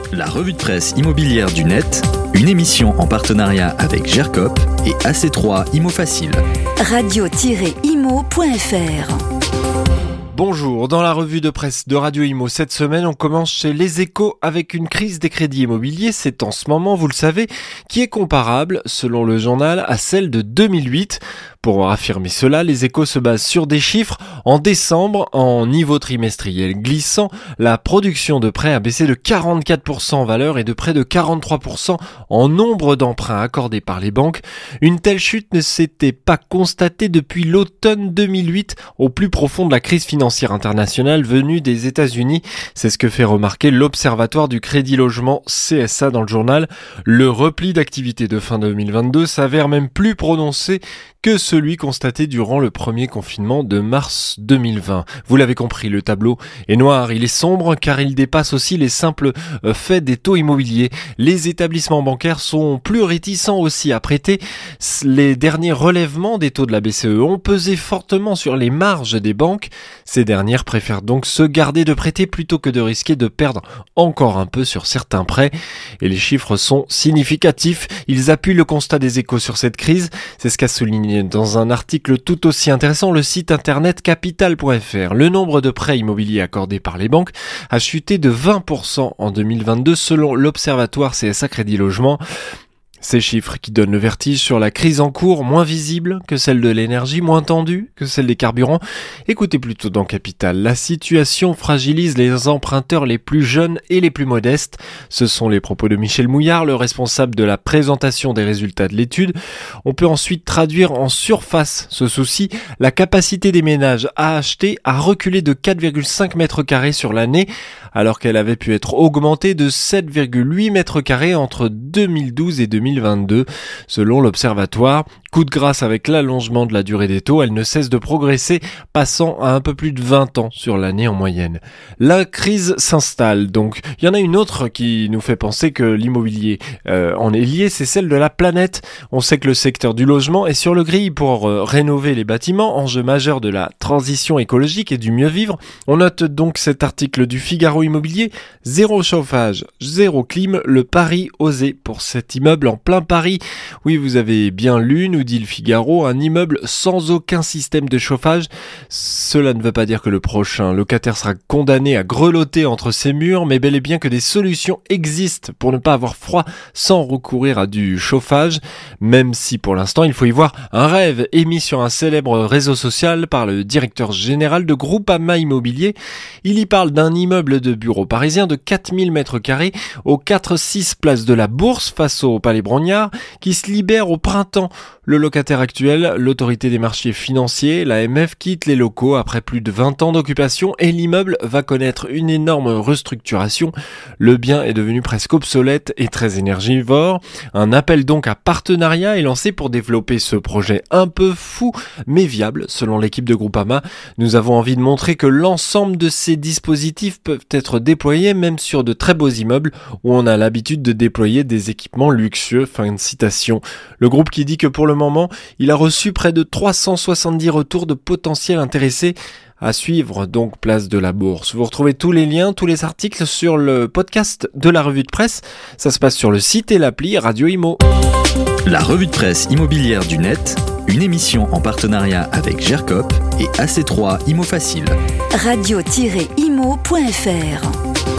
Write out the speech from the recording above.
La revue de presse immobilière du net, une émission en partenariat avec GERCOP et AC3 Imo Facile. Radio-imo.fr. Bonjour, dans la revue de presse de Radio Imo cette semaine, on commence chez Les Échos avec une crise des crédits immobiliers, c'est en ce moment, vous le savez, qui est comparable, selon le journal, à celle de 2008. Pour affirmer cela, Les Échos se basent sur des chiffres. En décembre, en niveau trimestriel glissant, la production de prêts a baissé de 44% en valeur et de près de 43% en nombre d'emprunts accordés par les banques. Une telle chute ne s'était pas constatée depuis l'automne 2008, au plus profond de la crise financière internationale venue des États-Unis. C'est ce que fait remarquer l'Observatoire du Crédit Logement CSA dans le journal. Le repli d'activité de fin 2022 s'avère même plus prononcé que celui constaté durant le premier confinement de mars 2020. Vous l'avez compris, le tableau est noir, il est sombre car il dépasse aussi les simples faits des taux immobiliers. Les établissements bancaires sont plus réticents aussi à prêter. Les derniers relèvements des taux de la BCE ont pesé fortement sur les marges des banques. Ces dernières préfèrent donc se garder de prêter plutôt que de risquer de perdre encore un peu sur certains prêts. Et les chiffres sont significatifs. Ils appuient le constat des Échos sur cette crise. C'est ce qu'a souligné dans un article tout aussi intéressant le site internet capital.fr. Le nombre de prêts immobiliers accordés par les banques a chuté de 20% en 2022 selon l'Observatoire CSA Crédit Logement. Ces chiffres qui donnent le vertige sur la crise en cours, moins visible que celle de l'énergie, moins tendue que celle des carburants. Écoutez plutôt dans Capital, la situation fragilise les emprunteurs les plus jeunes et les plus modestes. Ce sont les propos de Michel Mouillard, le responsable de la présentation des résultats de l'étude. On peut ensuite traduire en surface ce souci. La capacité des ménages à acheter a reculé de 4,5 mètres carrés sur l'année, alors qu'elle avait pu être augmentée de 7,8 mètres carrés entre 2012 et 2022. Selon l'Observatoire, coup de grâce avec l'allongement de la durée des taux, elle ne cesse de progresser, passant à un peu plus de 20 ans sur l'année en moyenne. La crise s'installe donc. Il y en a une autre qui nous fait penser que l'immobilier en est lié, c'est celle de la planète. On sait que le secteur du logement est sur le grille pour rénover les bâtiments, enjeu majeur de la transition écologique et du mieux vivre. On note donc cet article du Figaro Immobilier, zéro chauffage, zéro clim, le pari osé pour cet immeuble en plein Paris. Oui, vous avez bien lu, nous dit le Figaro, un immeuble sans aucun système de chauffage. Cela ne veut pas dire que le prochain locataire sera condamné à grelotter entre ses murs, mais bel et bien que des solutions existent pour ne pas avoir froid sans recourir à du chauffage, même si pour l'instant il faut y voir un rêve émis sur un célèbre réseau social par le directeur général de Groupama Immobilier. Il y parle d'un immeuble de bureau parisien de 4000 m² aux 4-6 places de la Bourse face au Palais Brongniart qui se libère au printemps. Le locataire actuel, l'autorité des marchés financiers, l'AMF, quitte les locaux après plus de 20 ans d'occupation et l'immeuble va connaître une énorme restructuration. Le bien est devenu presque obsolète et très énergivore. Un appel donc à partenariat est lancé pour développer ce projet un peu fou mais viable selon l'équipe de Groupama. Nous avons envie de montrer que l'ensemble de ces dispositifs peuvent être déployés même sur de très beaux immeubles où on a l'habitude de déployer des équipements luxueux. Fin de citation. Le groupe qui dit que pour le moment, il a reçu près de 370 retours de potentiels intéressés. À suivre, donc, place de la Bourse. Vous retrouvez tous les liens, tous les articles sur le podcast de la revue de presse. Ça se passe sur le site et l'appli Radio Imo. La revue de presse immobilière du net, une émission en partenariat avec GERCOP et AC3 Imo Facile. Radio-imo.fr.